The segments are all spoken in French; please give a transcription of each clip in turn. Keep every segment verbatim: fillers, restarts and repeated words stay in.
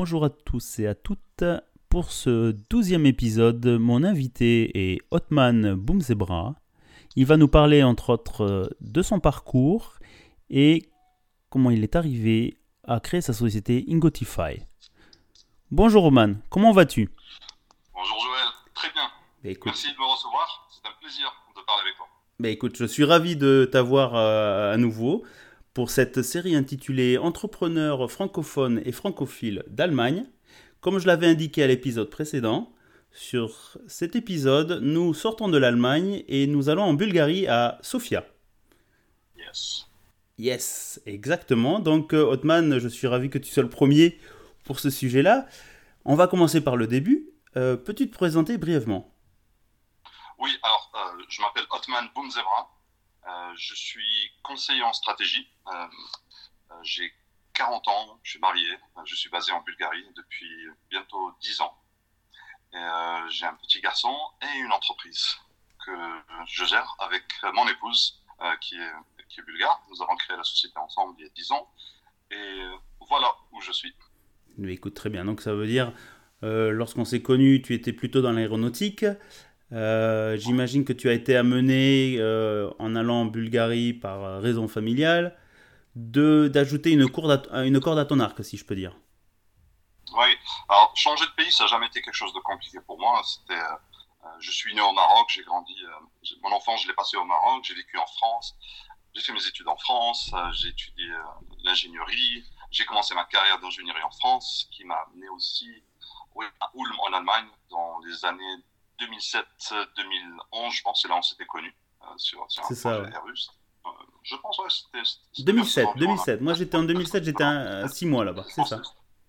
Bonjour à tous et à toutes. Pour ce douzième épisode, mon invité est Othman Boumzebra. Il va nous parler entre autres de son parcours et comment il est arrivé à créer sa société Ingotify. Bonjour Othman, comment vas-tu ? Bonjour Joël, très bien. Bah, écoute, Merci de me recevoir, c'est un plaisir de parler avec toi. bah, écoute, je suis ravi de t'avoir euh, à nouveau pour cette série intitulée Entrepreneurs francophones et francophiles d'Allemagne. Comme je l'avais indiqué à l'épisode précédent, sur cet épisode, nous sortons de l'Allemagne et nous allons en Bulgarie à Sofia. Yes. Yes, exactement. Donc, euh, Othman, je suis ravi que tu sois le premier pour ce sujet-là. On va commencer par le début. Euh, peux-tu te présenter brièvement ? Oui, alors euh, je m'appelle Othman Boumzebra, euh, je suis conseiller en stratégie, euh, euh, j'ai quarante ans, je suis marié, je suis basé en Bulgarie depuis bientôt dix ans. Et, euh, j'ai un petit garçon et une entreprise que je gère avec mon épouse euh, qui, est, qui est bulgare. Nous avons créé la société ensemble il y a dix ans et voilà où je suis. Mais écoute, très bien. Donc ça veut dire, euh, lorsqu'on s'est connus, tu étais plutôt dans l'aéronautique. Euh, j'imagine que tu as été amené, euh, en allant en Bulgarie par raison familiale, de, d'ajouter une corde, à, une corde à ton arc, si je peux dire. Oui, alors changer de pays, ça n'a jamais été quelque chose de compliqué pour moi. C'était, euh, je suis né au Maroc, j'ai grandi, euh, j'ai, mon enfance je l'ai passé au Maroc, j'ai vécu en France, j'ai fait mes études en France, euh, j'ai étudié euh, l'ingénierie, j'ai commencé ma carrière d'ingénierie en France, qui m'a amené aussi oui, à Ulm en Allemagne dans les années deux mille sept deux mille onze, je pense, c'est là où on s'était connus euh, sur, sur un C'est projet ça, ouais. Airbus. Euh, je pense, ouais, c'était, c'était deux mille sept, vers ces deux mille environs-là. sept. Moi j'étais en deux mille sept, j'étais à six mois là-bas, c'est ça.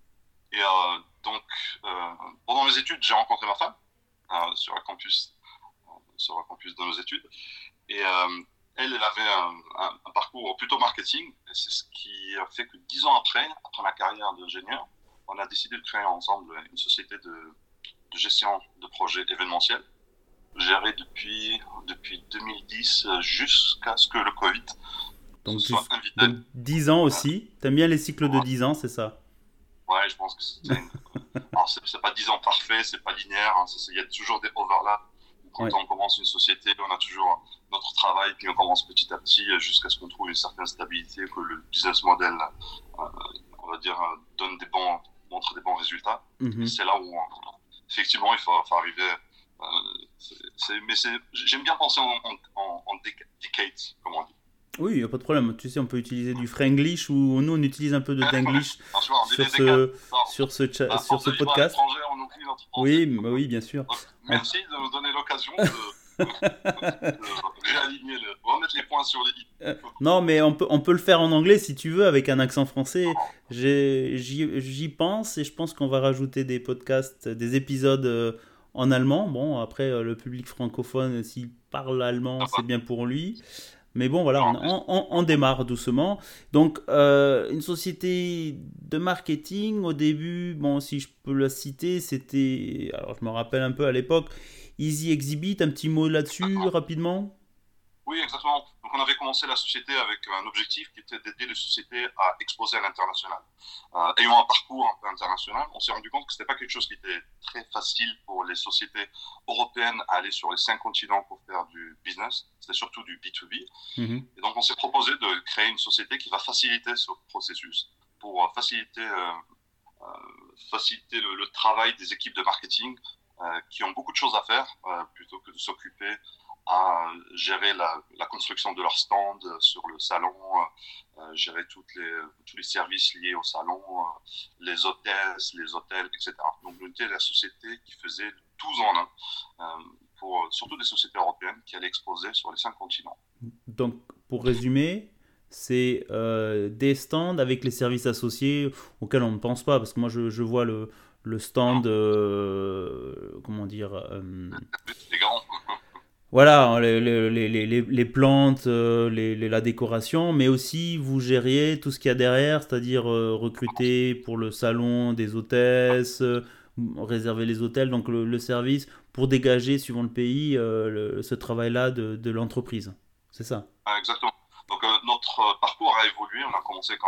Et euh, donc, euh, pendant mes études, j'ai rencontré ma femme euh, sur le campus, euh, sur le campus de nos études. Et euh, elle, elle avait un, un, un parcours plutôt marketing. Et c'est ce qui a fait que dix ans après, après ma carrière d'ingénieur, on a décidé de créer ensemble une société de, de gestion de projets événementiels, gérée depuis, depuis deux mille dix jusqu'à ce que le Covid Donc, se tu, soit invité. donc dix ans aussi. T'aimes bien les cycles de dix ans, c'est ça ? Ouais, je pense que c'est une... Alors, c'est, c'est pas dix ans parfait, c'est pas linéaire, hein, il y a toujours des overlaps. Quand Ouais. on commence une société, on a toujours notre travail, puis on commence petit à petit jusqu'à ce qu'on trouve une certaine stabilité, que le business model, euh, on va dire, euh, donne des bons, montre des bons résultats. Mhm. Et c'est là où, on- effectivement, il faut, faut arriver. Euh, c'est, c'est, mais c'est, j'aime bien penser en, en, en, en déca- decades, comme on dit. Oui, il n'y a pas de problème. Tu sais, on peut utiliser du franglish ou nous on utilise un peu de dinglish Alors, tu vois, on dit sur des décades. ce, Non, sur ce, cha- à sur force ce de vivre à podcast. l'étranger, on oublie notre français. Oui, bah oui, bien sûr. Donc, merci de me donner l'occasion de, de réaligner, le, remettre les points sur les i. Euh, non, mais on peut, on peut le faire en anglais si tu veux, avec un accent français. J'ai- J'y, j'y pense et je pense qu'on va rajouter des podcasts, des épisodes euh, en allemand. Bon, après, euh, le public francophone, s'il parle allemand, c'est bien pour lui. Mais bon, voilà, on, on- on- on démarre doucement. Donc, euh, une société de marketing, au début, bon, si je peux la citer, c'était, alors je me rappelle un peu à l'époque, Easy Exhibit, un petit mot là-dessus, rapidement. Oui, exactement. Donc, on avait commencé la société avec un objectif qui était d'aider les sociétés à exposer à l'international. Euh, ayant un parcours un peu international, on s'est rendu compte que c'était pas quelque chose qui était très facile pour les sociétés européennes à aller sur les cinq continents pour faire du business. C'était surtout du B deux B. Mhm. Et donc, on s'est proposé de créer une société qui va faciliter ce processus pour euh, faciliter, euh, euh, faciliter le, le travail des équipes de marketing euh, qui ont beaucoup de choses à faire euh, plutôt que de s'occuper à gérer la, la construction de leur stand sur le salon, euh, gérer toutes les, tous les services liés au salon, euh, les hôtesses, les hôtels, et cetera. Donc, nous étions la société qui faisait tout en un, euh, pour surtout des sociétés européennes qui allaient exposer sur les cinq continents. Donc, pour résumer, c'est euh, des stands avec les services associés auxquels on ne pense pas, parce que moi je, je vois le, le stand, euh, comment dire, euh, Les grands. voilà, les, les, les, les, les plantes, euh, les, les- la décoration, mais aussi vous gériez tout ce qu'il y a derrière, c'est-à-dire euh, recruter pour le salon des hôtesses, euh, réserver les hôtels, donc le, le service pour dégager, suivant le pays, euh, le- ce travail-là de, de l'entreprise. C'est ça. Ah, exactement. Donc, euh, notre euh, parcours a évolué. On a commencé quand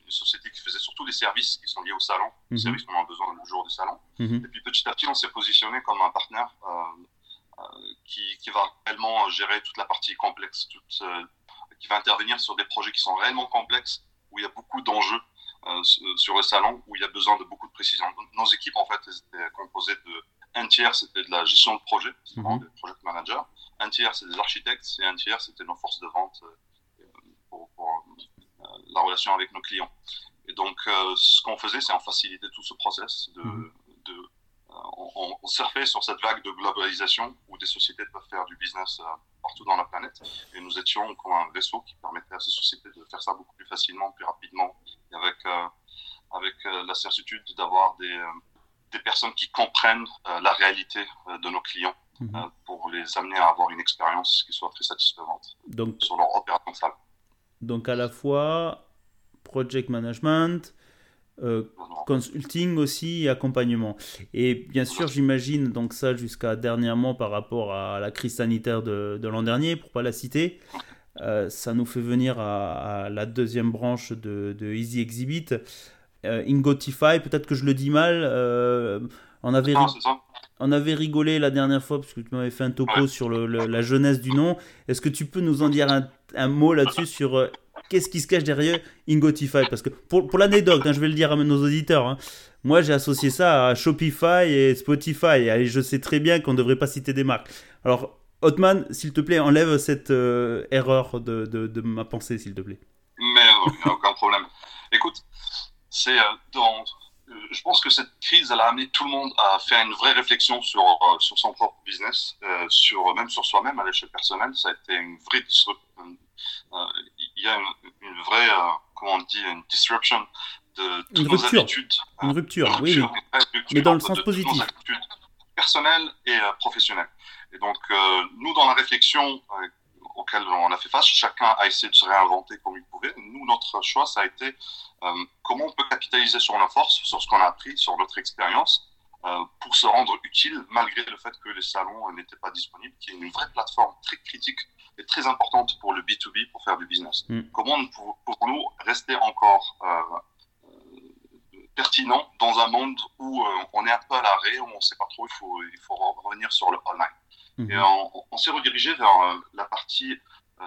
une société qui faisait surtout des services qui sont liés au salon, Mhm. des services qu'on a besoin le jour du salon. Mhm. Et puis petit à petit, on s'est positionné comme un partenaire euh, euh, qui, qui va réellement gérer toute la partie complexe, toute, euh, qui va intervenir sur des projets qui sont réellement complexes, où il y a beaucoup d'enjeux euh, sur le salon, où il y a besoin de beaucoup de précision. Nos équipes, en fait, étaient composées de un tiers, c'était de la gestion de projet, c'est vraiment Mhm. des project managers. Un tiers, c'est des architectes, et un tiers, c'était nos forces de vente euh, pour, pour euh, la relation avec nos clients. Et donc, euh, ce qu'on faisait, c'est en faciliter tout ce process. De, Mhm. de, euh, on, on surfait sur cette vague de globalisation où des sociétés peuvent faire du business euh, partout dans la planète. Et nous étions comme un vaisseau qui permettait à ces sociétés de faire ça beaucoup plus facilement, plus rapidement, et avec, euh, avec euh, la certitude d'avoir des, euh, des personnes qui comprennent euh, la réalité euh, de nos clients. Mhm. Euh, pour les amener à avoir une expérience qui soit très satisfaisante Donc, sur leur opération salle. donc à la fois project management, euh, consulting aussi et accompagnement. Et bien sûr, j'imagine donc ça jusqu'à dernièrement par rapport à la crise sanitaire de, de l'an dernier, pour pas la citer. Euh, ça nous fait venir à, à la deuxième branche de, de Easy Exhibit, euh, Ingotify. Peut-être que je le dis mal. Euh, on avait Non, ri- c'est ça. On avait rigolé la dernière fois parce que tu m'avais fait un topo Ouais. sur le, le- la jeunesse du nom. Est-ce que tu peux nous en dire un, un mot là-dessus sur euh, qu'est-ce qui se cache derrière Ingotify? Parce que pour, pour l'anecdote, hein, je vais le dire à nos auditeurs, hein, moi j'ai associé ça à Shopify et Spotify. Et je sais très bien qu'on ne devrait pas citer des marques. Alors, Hotman, s'il te plaît, enlève cette euh, erreur de, de, de ma pensée, s'il te plaît. Mais euh, il n'y a aucun problème. Écoute, c'est euh, dans... je pense que cette crise, elle a amené tout le monde à faire une vraie réflexion sur, euh, sur son propre business, euh, sur, même sur soi-même à l'échelle personnelle. Ça a été une vraie disruption. Euh, il y a une, une vraie, euh, comment on dit, une disruption de toutes Une nos rupture. habitudes. Une euh, rupture, une oui, oui. rupture, une vraie rupture Mais dans le de- sens de toutes nos positif. habitudes personnelles et euh, professionnelles. Et donc, euh, nous, dans la réflexion euh, auquel on a fait face, chacun a essayé de se réinventer comme il pouvait. Nous, notre choix, ça a été euh, comment on peut capitaliser sur nos forces, sur ce qu'on a appris, sur notre expérience, euh, pour se rendre utile, malgré le fait que les salons euh, n'étaient pas disponibles, qui est une vraie plateforme très critique et très importante pour le B deux B, pour faire du business. Mm. Comment nous pouvons- pouvons-nous rester encore euh, euh, pertinent dans un monde où euh, on est un peu à l'arrêt, où on ne sait pas trop, il faut, il faut revenir sur le online. Mhm. Et on, on s'est redirigé vers euh, la partie euh,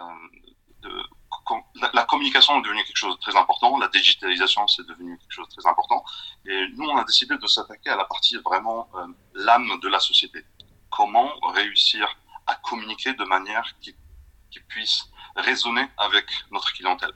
de com- la, la communication est devenue quelque chose de très important, la digitalisation c'est devenu quelque chose de très important. Et nous, on a décidé de s'attaquer à la partie vraiment euh, l'âme de la société. Comment réussir à communiquer de manière qui, qui puisse résonner avec notre clientèle.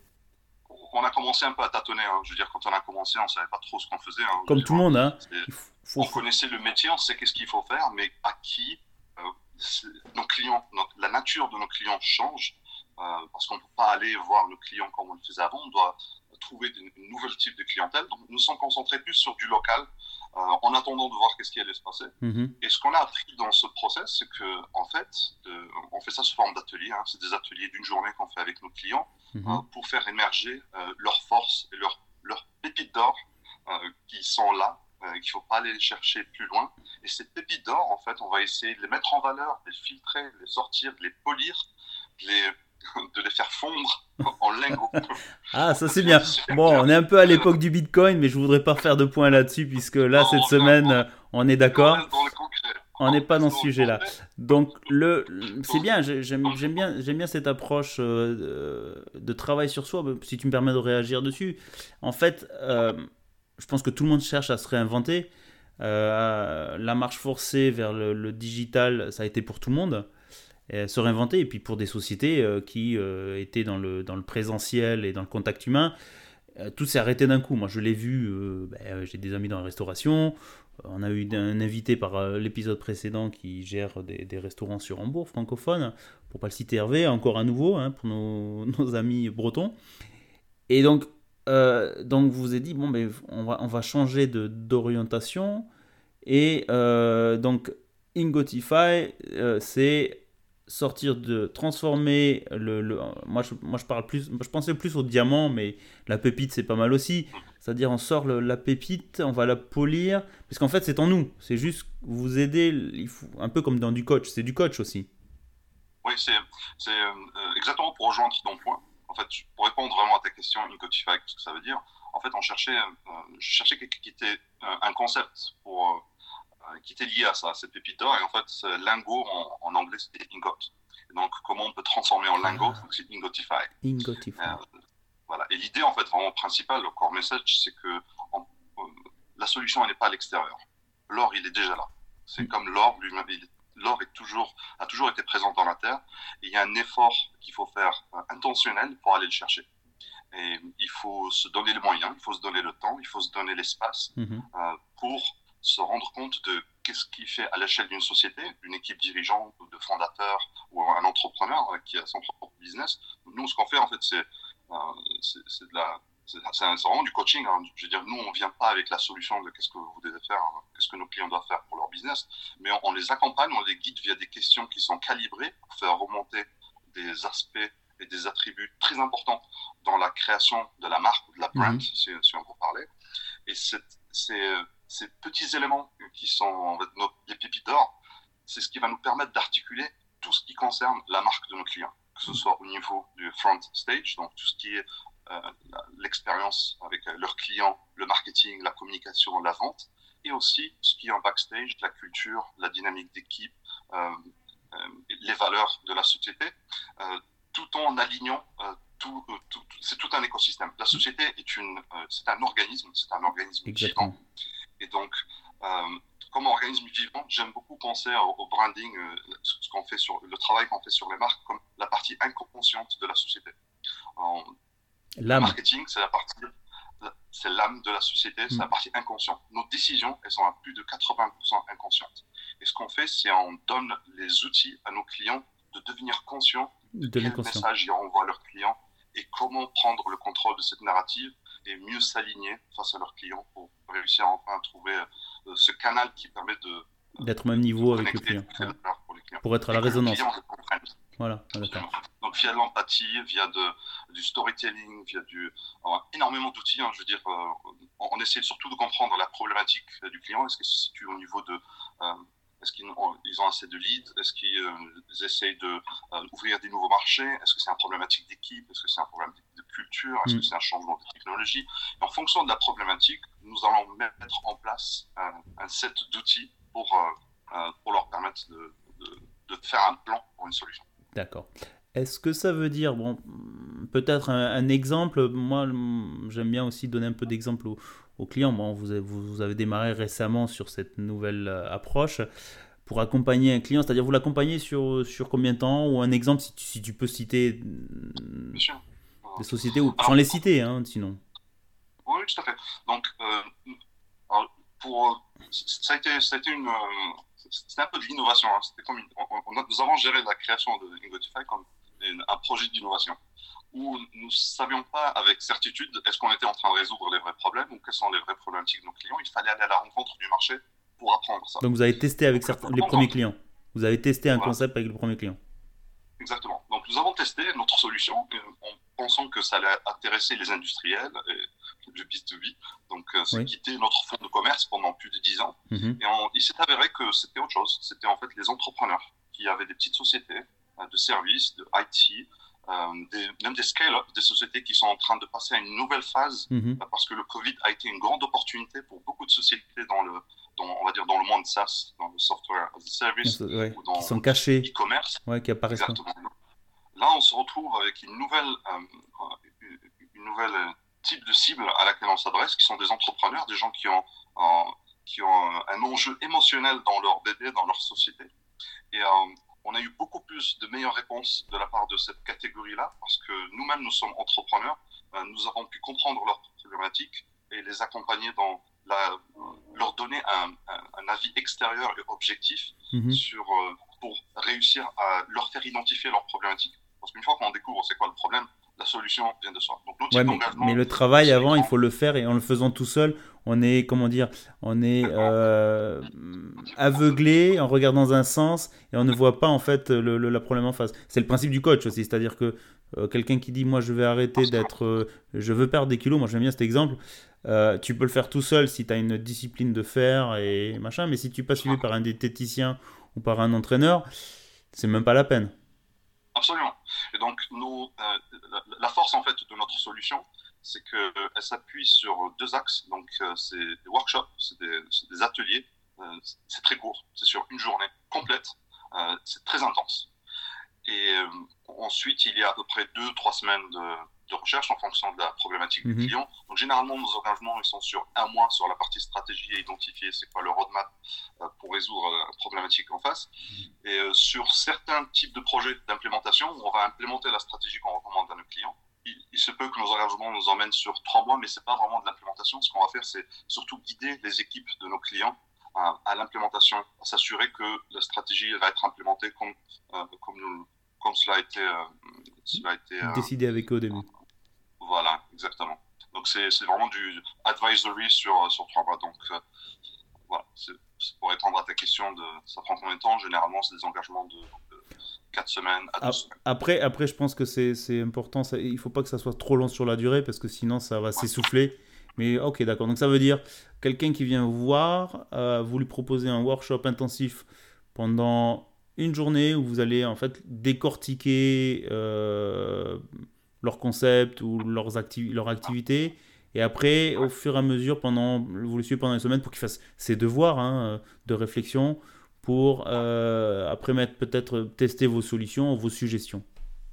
On a commencé un peu à tâtonner. Hein. Je veux dire, quand on a commencé, on ne savait pas trop ce qu'on faisait. Hein. Je veux Comme dire, tout le monde, hein. c'est- Il faut- faut- on connaissait le métier, on sait qu'est-ce qu'il faut faire, mais à qui euh, c'est- nos clients, notre- la nature de nos clients change euh, parce qu'on ne peut pas aller voir nos clients comme on le faisait avant. On doit trouver des, un nouvel type de clientèle. Donc, nous sommes concentrés plus sur du local euh, en attendant de voir qu'est-ce qui allait se passer. Mhm. Et ce qu'on a appris dans ce process, c'est que en fait, euh, on fait ça sous forme d'ateliers. Hein. C'est des ateliers d'une journée qu'on fait avec nos clients Mhm. euh, pour faire émerger euh, leurs forces et leurs leurs pépites d'or euh, qui sont là, euh, qu'il ne faut pas aller les chercher plus loin. Et ces pépites d'or, en fait, on va essayer de les mettre en valeur, de les filtrer, de les sortir, de les polir, de les, de les faire fondre en lingots. Ah, ça c'est bien. Bon, on est un peu à l'époque du Bitcoin, mais je voudrais pas faire de point là-dessus, puisque là, Non, cette non, semaine, non. euh, on est d'accord. On reste dans le concret. On n'est pas dans ce reste le sujet-là. concret. Donc, le, c'est bien, j'ai- j'aime, j'aime bien, j'aime bien cette approche euh, de, de travail sur soi, si tu me permets de réagir dessus. En fait, euh, je pense que tout le monde cherche à se réinventer. Euh, la marche forcée vers le, le digital, ça a été pour tout le monde. Et se réinventer, et puis pour des sociétés euh, qui euh, étaient dans le, dans le présentiel et dans le contact humain, euh, tout s'est arrêté d'un coup. Moi, je l'ai vu, euh, ben, j'ai des amis dans la restauration. On a eu un invité par euh, l'épisode précédent qui gère des, des restaurants sur Hambourg, francophone, pour pas le citer Hervé, encore à nouveau, hein, pour nos, nos amis bretons. Et donc, euh, donc vous vous êtes dit, bon, ben, on, va, on va changer de, d'orientation. Et euh, donc, Ingotify, euh, c'est sortir de transformer le, le moi je moi je parle plus je pensais plus au diamant, mais la pépite c'est pas mal aussi, c'est-à-dire on sort le, la pépite, on va la polir, parce qu'en fait c'est en nous, c'est juste vous aider, il faut, un peu comme dans du coach, c'est du coach aussi. Oui, c'est, c'est euh, exactement pour rejoindre ton point. en fait, pour répondre vraiment à ta question, Incotify, ce que ça veut dire, en fait, on cherchait, euh, je cherchais quelque qui était euh, un concept pour, euh, qui était lié à ça, cette pépite d'or. Et en fait, lingot en, en anglais, c'était ingot. Et donc, comment on peut transformer en lingot, ah. donc c'est Ingotify. Ingotify. Euh, voilà. Et l'idée, en fait, vraiment principale, le core message, c'est que on, euh, la solution, elle n'est pas à l'extérieur. L'or, il est déjà là. C'est mm. comme l'or lui-même. Il, l'or est toujours, a toujours été présent dans la Terre. Et il y a un effort qu'il faut faire euh, intentionnel pour aller le chercher. Et il faut se donner les moyens, il faut se donner le temps, il faut se donner l'espace mm-hmm. euh, pour se rendre compte de qu'est-ce qui fait à l'échelle d'une société, d'une équipe dirigeante, de fondateur ou un entrepreneur euh, qui a son propre business. Nous, ce qu'on fait, en fait, c'est, euh, c'est, c'est, de la, c'est, c'est vraiment du coaching. Hein. Je veux dire, nous, on ne vient pas avec la solution de qu'est-ce que vous devez faire, hein, qu'est-ce que nos clients doivent faire pour leur business, mais on, on les accompagne, on les guide via des questions qui sont calibrées pour faire remonter des aspects et des attributs très importants dans la création de la marque ou de la brand, mm-hmm. si, si on peut parler. Et c'est, c'est, ces petits éléments qui sont en fait, nos, les pépites d'or, c'est ce qui va nous permettre d'articuler tout ce qui concerne la marque de nos clients, que ce soit au niveau du front stage, donc tout ce qui est euh, l'expérience avec leurs clients, le marketing, la communication, la vente, et aussi ce qui est en backstage, la culture, la dynamique d'équipe, euh, euh, les valeurs de la société, euh, tout en alignant, euh, tout, euh, tout, c'est tout un écosystème. La société est une, euh, c'est un organisme, c'est un organisme Exactement. vivant. Et donc, euh, comme organisme vivant, j'aime beaucoup penser au, au branding, euh, ce qu'on fait sur le travail qu'on fait sur les marques, comme la partie inconsciente de la société. En, le marketing, c'est la partie, c'est l'âme de la société, c'est mmh. la partie inconsciente. Nos décisions, elles sont à plus de quatre-vingts pour cent inconscientes. Et ce qu'on fait, c'est on donne les outils à nos clients de devenir conscients de, de quel message ils renvoient à leurs clients et comment prendre le contrôle de cette narrative et mieux s'aligner face à leurs clients pour réussir enfin à trouver euh, ce canal qui permet de d'être au même niveau avec le client, ouais. pour, les clients. Pour être à la et résonance. Voilà, donc via de l'empathie, via de, du storytelling, via du, alors, énormément d'outils. Hein, je veux dire, euh, on, on essaie surtout de comprendre la problématique du client. Est-ce que se situe au niveau de euh, est-ce qu'ils ont, ils ont assez de leads? Est-ce qu'ils euh, essayent d'ouvrir de, euh, des nouveaux marchés? Est-ce que c'est une problématique d'équipe? Est-ce que c'est un problème de culture? Est-ce mmh. que c'est un changement de technologie? Et en fonction de la problématique, nous allons mettre en place un, un set d'outils pour, euh, pour leur permettre de, de, de faire un plan pour une solution. D'accord. Est-ce que ça veut dire, bon, peut-être un, un exemple, moi j'aime bien aussi donner un peu d'exemple aux, aux clients. Bon, vous, avez, vous avez démarré récemment sur cette nouvelle approche pour accompagner un client, c'est-à-dire vous l'accompagnez sur, sur combien de temps, ou un exemple si tu, si tu peux citer bien sûr. des sociétés, ou sans les citer, hein, sinon. Oui, tout à fait. Donc, euh, alors, pour, ça, a été, ça a été une... C'était un peu de l'innovation. Hein. C'était comme une, on, on a, nous avons géré la création de Ingotify comme une, un projet d'innovation où nous ne savions pas avec certitude est-ce qu'on était en train de résoudre les vrais problèmes ou quelles sont les vraies problématiques de nos clients. Il fallait aller à la rencontre du marché pour apprendre ça. Donc vous avez testé avec certains, les premiers clients. Vous avez testé un voilà. concept avec le premier client. Exactement. Donc nous avons testé notre solution en pensant que ça allait intéresser les industriels et le B deux B. Donc euh, c'est oui. quitté notre fonds de commerce pendant plus de dix ans. Mm-hmm. Et on, il s'est avéré que c'était autre chose. C'était en fait les entrepreneurs qui avaient des petites sociétés euh, de services, de I T, euh, des, même des scale-up, des sociétés qui sont en train de passer à une nouvelle phase mm-hmm. euh, parce que le Covid a été une grande opportunité pour beaucoup de sociétés dans le Dans, on va dire dans le monde SaaS, dans le software as a service, ouais, ou dans qui sont cachés, e-commerce. Ouais, qui apparaissent. Exactement. Là, on se retrouve avec une nouvelle, euh, une nouvelle type de cible à laquelle on s'adresse, qui sont des entrepreneurs, des gens qui ont, euh, qui ont un enjeu émotionnel dans leur bébé, dans leur société. Et euh, on a eu beaucoup plus de meilleures réponses de la part de cette catégorie-là, parce que nous-mêmes, nous sommes entrepreneurs, euh, nous avons pu comprendre leurs problématiques et les accompagner dans La, leur donner un, un, un avis extérieur et objectif mm-hmm. sur, euh, pour réussir à leur faire identifier leurs problématiques. Parce qu'une fois qu'on découvre c'est quoi le problème, la solution vient de soi. Donc, ouais, mais, mais le travail avant, il faut le faire, et en le faisant tout seul, on est, comment dire, on est euh, aveuglé en regardant dans un sens et on ne voit pas en fait le, le, la problème en face. C'est le principe du coach aussi, c'est-à-dire que euh, quelqu'un qui dit moi je vais arrêter d'être, euh, je veux perdre des kilos, moi j'aime bien cet exemple. Euh, tu peux le faire tout seul si tu as une discipline de fer et machin, mais si tu n'es pas suivi par un diététicien ou par un entraîneur, c'est même pas la peine. Absolument. Et donc, nous, euh, la, la force en fait de notre solution, c'est qu'elle s'appuie sur deux axes. Donc, euh, c'est des workshops, c'est des, c'est des ateliers. Euh, c'est très court, c'est sur une journée complète. Euh, c'est très intense. Et euh, ensuite, il y a à peu près deux, trois semaines de, de recherche en fonction de la problématique Mhm. du client. Donc, généralement, nos engagements, ils sont sur un mois sur la partie stratégie et identifier c'est quoi le roadmap euh, pour résoudre la problématique en face. Et euh, sur certains types de projets d'implémentation, on va implémenter la stratégie qu'on recommande à nos clients. Il, il se peut que nos engagements nous emmènent sur trois mois, mais c'est pas vraiment de l'implémentation. Ce qu'on va faire, c'est surtout guider les équipes de nos clients à, à l'implémentation, à s'assurer que la stratégie va être implémentée comme, euh, comme, nous, comme cela a été, euh, cela a été euh, Décider avec eux au début. Voilà, exactement. Donc c'est, c'est vraiment du advisory sur, sur trois mois. Donc euh, voilà, c'est, c'est pour répondre à ta question de ça prend combien de temps. Généralement, c'est des engagements de, de quatre semaines à deux semaines. Après, après, je pense que c'est, c'est important. Ça, il ne faut pas que ça soit trop long sur la durée parce que sinon, ça va s'essouffler. Mais ok, d'accord. Donc ça veut dire quelqu'un qui vient vous voir, euh, vous lui proposez un workshop intensif pendant une journée où vous allez en fait décortiquer euh, leurs concepts ou leurs acti- leur activité. Et après, au fur et à mesure, pendant, vous le suivez pendant une semaine pour qu'il fasse ses devoirs hein, de réflexion pour euh, après mettre peut-être tester vos solutions, vos suggestions.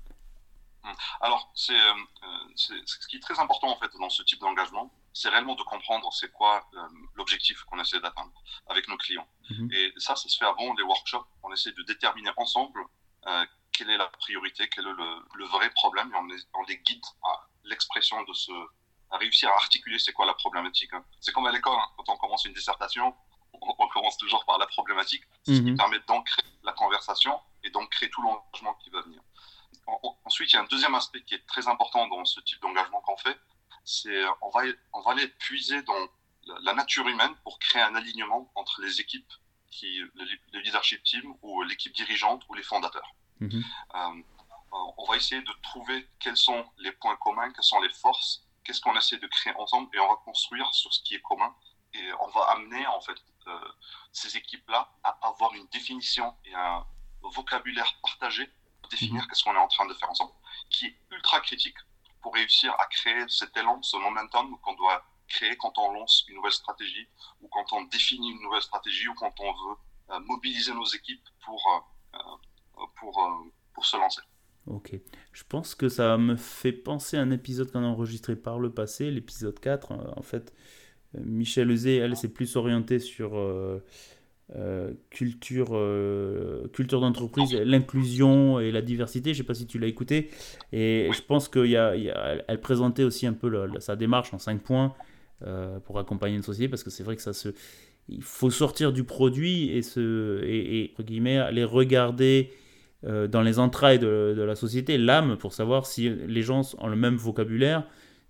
Alors, c'est, euh, c'est, c'est ce qui est très important en fait dans ce type d'engagement, c'est réellement de comprendre c'est quoi euh, l'objectif qu'on essaie d'atteindre avec nos clients. Mhm. Et ça, ça se fait avant les workshops. On essaie de déterminer ensemble euh, quelle est la priorité, quel est le, le vrai problème, et on les, on les guide à l'expression de ce, à réussir à articuler c'est quoi la problématique. Hein. C'est comme à l'école, hein, quand on commence une dissertation, on, on commence toujours par la problématique. C'est ce qui Mhm. permet d'ancrer la conversation et d'ancrer tout l'engagement qui va venir. Ensuite, il y a un deuxième aspect qui est très important dans ce type d'engagement qu'on fait, c'est on va, on va aller puiser dans la nature humaine pour créer un alignement entre les équipes, qui, le leadership team ou l'équipe dirigeante ou les fondateurs. Mhm. Euh, on va essayer de trouver quels sont les points communs, quelles sont les forces, qu'est-ce qu'on essaie de créer ensemble et on va construire sur ce qui est commun et on va amener en fait euh, ces équipes-là à avoir une définition et un vocabulaire partagé définir qu'est-ce qu'on est en train de faire ensemble, qui est ultra critique pour réussir à créer cet élan, ce momentum qu'on doit créer quand on lance une nouvelle stratégie ou quand on définit une nouvelle stratégie ou quand on veut euh, mobiliser nos équipes pour, euh, pour, euh, pour se lancer. Ok. Je pense que ça me fait penser à un épisode qu'on a enregistré par le passé, l'épisode quatre. En fait, Michel Euzet, elle, s'est plus orientée sur... Euh, Euh, culture, euh, culture d'entreprise, l'inclusion et la diversité. Je ne sais pas si tu l'as écouté. Et je pense qu'elle elle présentait aussi un peu le, sa démarche en cinq points euh, pour accompagner une société parce que c'est vrai que ça se. Il faut sortir du produit et, se, et, et entre guillemets, aller regarder euh, dans les entrailles de, de la société, l'âme, pour savoir si les gens ont le même vocabulaire.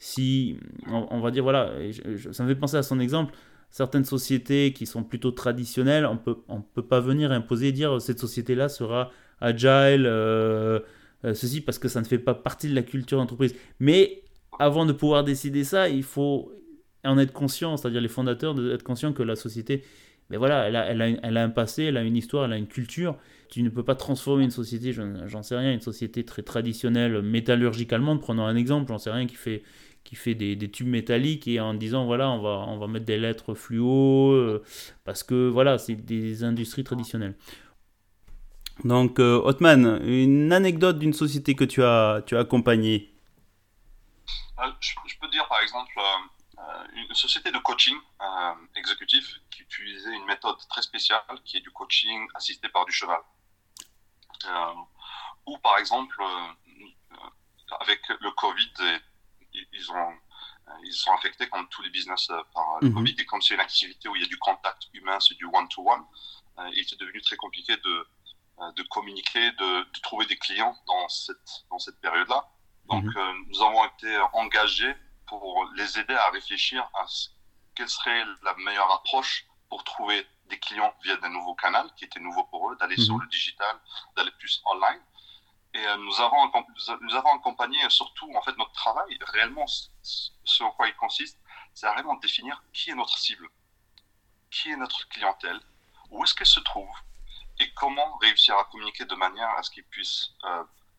Si on, on va dire, voilà, je, je, ça me fait penser à son exemple. Certaines sociétés qui sont plutôt traditionnelles, on peut, on peut pas venir imposer et dire cette société-là sera agile, euh, euh, ceci, parce que ça ne fait pas partie de la culture d'entreprise. Mais avant de pouvoir décider ça, il faut en être conscient, c'est-à-dire les fondateurs, d'être conscients que la société, mais voilà, elle a, elle, a, elle a un passé, elle a une histoire, elle a une culture. Tu ne peux pas transformer une société, j'en sais rien, une société très traditionnelle, métallurgique allemande, prenons un exemple, j'en sais rien, qui fait qui fait des, des tubes métalliques et en disant voilà on va, on va mettre des lettres fluo euh, parce que voilà c'est des industries traditionnelles. Donc euh, Othman, une anecdote d'une société que tu as, tu as accompagnée. Euh, je, je peux dire par exemple euh, une société de coaching euh, exécutif qui utilisait une méthode très spéciale qui est du coaching assisté par du cheval. Euh, ou par exemple euh, avec le Covid et ils ont ils sont affectés comme tous les business par le mm-hmm. Covid et comme c'est une activité où il y a du contact humain, c'est du one-to-one, euh, il est devenu très compliqué de, de communiquer, de, de trouver des clients dans cette, dans cette période-là. Donc mm-hmm. euh, nous avons été engagés pour les aider à réfléchir à ce, quelle serait la meilleure approche pour trouver des clients via des nouveaux canaux qui étaient nouveaux pour eux, d'aller mm-hmm. sur le digital, d'aller plus online. Et euh, nous, avons, nous avons accompagné surtout en fait notre travail, réellement ce en quoi il consiste, c'est à vraiment définir qui est notre cible, qui est notre clientèle, où est-ce qu'elle se trouve et comment réussir à communiquer de manière à ce qu'ils puissent euh,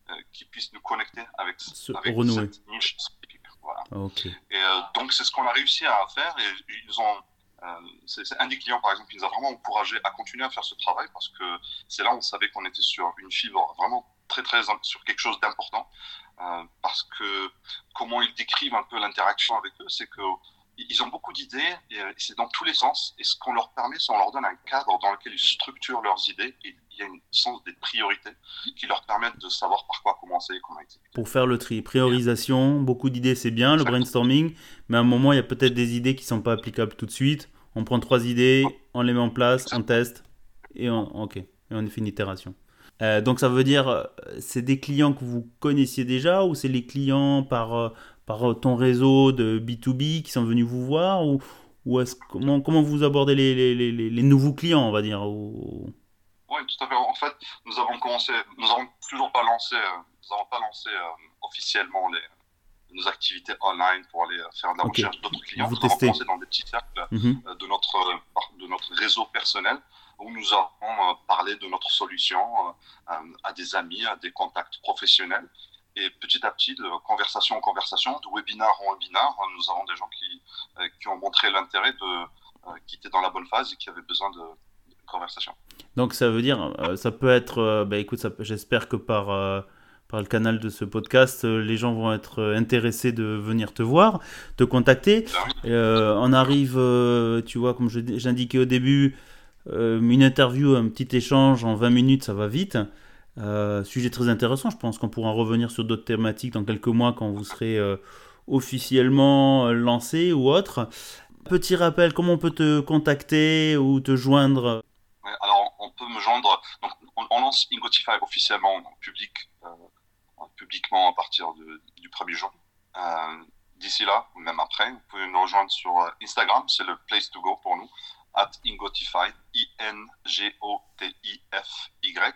euh, qui puisse nous connecter avec, Ce avec cette niche spécifique. Voilà. Okay. Et euh, donc, c'est ce qu'on a réussi à faire. Et ils ont, euh, c'est, c'est un des clients, par exemple, qui nous a vraiment encouragé à continuer à faire ce travail parce que c'est là où on savait qu'on était sur une fibre vraiment très, très, sur quelque chose d'important. Euh, parce que comment ils décrivent un peu l'interaction avec eux, c'est que ils ont beaucoup d'idées et c'est dans tous les sens. Et ce qu'on leur permet, c'est qu'on leur donne un cadre dans lequel ils structurent leurs idées et il y a un sens des priorités qui leur permettent de savoir par quoi commencer et comment exécuter. Pour faire le tri, priorisation, beaucoup d'idées, c'est bien, le brainstorming, mais à un moment, il y a peut-être des idées qui ne sont pas applicables tout de suite. On prend trois idées, on les met en place, on teste et on, okay, et on fait une itération. Euh, donc ça veut dire, c'est des clients que vous connaissiez déjà ou c'est les clients par... par ton réseau de B deux B qui sont venus vous voir ou, ou est-ce, comment, comment vous abordez les, les, les, les nouveaux clients, on va dire ou... Oui, tout à fait. En fait, nous avons commencé, nous n'avons toujours pas lancé, nous n'avons pas lancé euh, officiellement les, nos activités online pour aller faire de la okay. recherche d'autres clients. Vous nous testez. avons commencé dans des petits cercles mm-hmm. euh, de, notre, de notre réseau personnel où nous avons euh, parlé de notre solution euh, à des amis, à des contacts professionnels. Et petit à petit, de conversation en conversation, de webinar en webinar, nous avons des gens qui, euh, qui ont montré l'intérêt, de, euh, qui étaient dans la bonne phase et qui avaient besoin de, de conversation. Donc ça veut dire, euh, ça peut être, euh, bah écoute, ça, j'espère que par, euh, par le canal de ce podcast, euh, les gens vont être intéressés de venir te voir, te contacter. Euh, on arrive, euh, tu vois, comme je, j'indiquais au début, euh, une interview, un petit échange en vingt minutes, ça va vite. Euh, sujet très intéressant, je pense qu'on pourra revenir sur d'autres thématiques dans quelques mois quand vous serez euh, officiellement lancé ou autre. Petit rappel, comment on peut te contacter ou te joindre? Ouais, alors on peut me joindre, donc on, on lance Ingotify officiellement en public, euh, publiquement à partir de, du premier jour. Euh, d'ici là, ou même après, vous pouvez nous rejoindre sur Instagram, c'est le place to go pour nous, at Ingotify, I N G O T I F Y.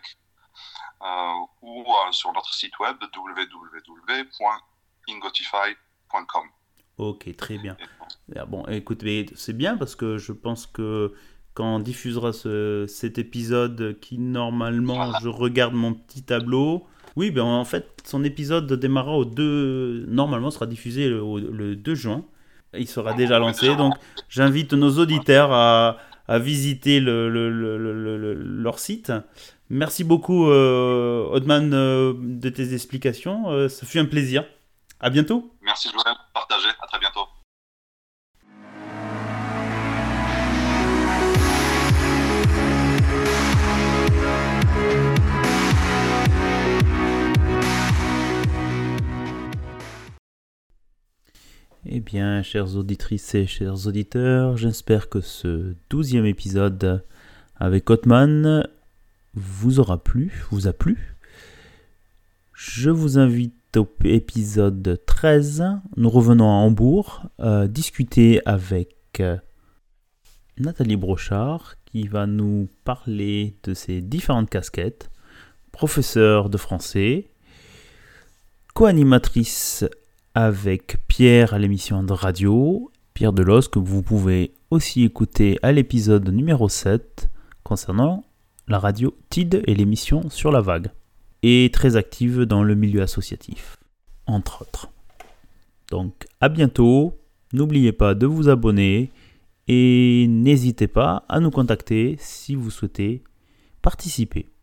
Euh, ou euh, sur notre site web w w w point ingotify point com. Ok, très bien. Bon, écoute, c'est bien parce que je pense que quand on diffusera ce, cet épisode qui normalement, voilà. Je regarde mon petit tableau. Oui, ben en fait, son épisode démarrera au deux... Normalement, sera diffusé le, le deux juin. Il sera déjà lancé, donc j'invite nos auditeurs à, à visiter le, le, le, le, le, leur site. Merci beaucoup, euh, Othman, euh, de tes explications. Euh, ça fut un plaisir. À bientôt. Merci, Joël. Partagez. À très bientôt. Eh bien, chères auditrices et chers auditeurs, j'espère que ce douzième épisode avec Othman vous aura plu, vous a plu. Je vous invite au épisode treize. Nous revenons à Hambourg, euh, discuter avec euh, Nathalie Brochard qui va nous parler de ses différentes casquettes. Professeure de français, co-animatrice avec Pierre à l'émission de radio, Pierre Delos, que vous pouvez aussi écouter à l'épisode numéro sept concernant la radio T I D et l'émission Sur la Vague, et très active dans le milieu associatif, entre autres. Donc à bientôt, n'oubliez pas de vous abonner et n'hésitez pas à nous contacter si vous souhaitez participer.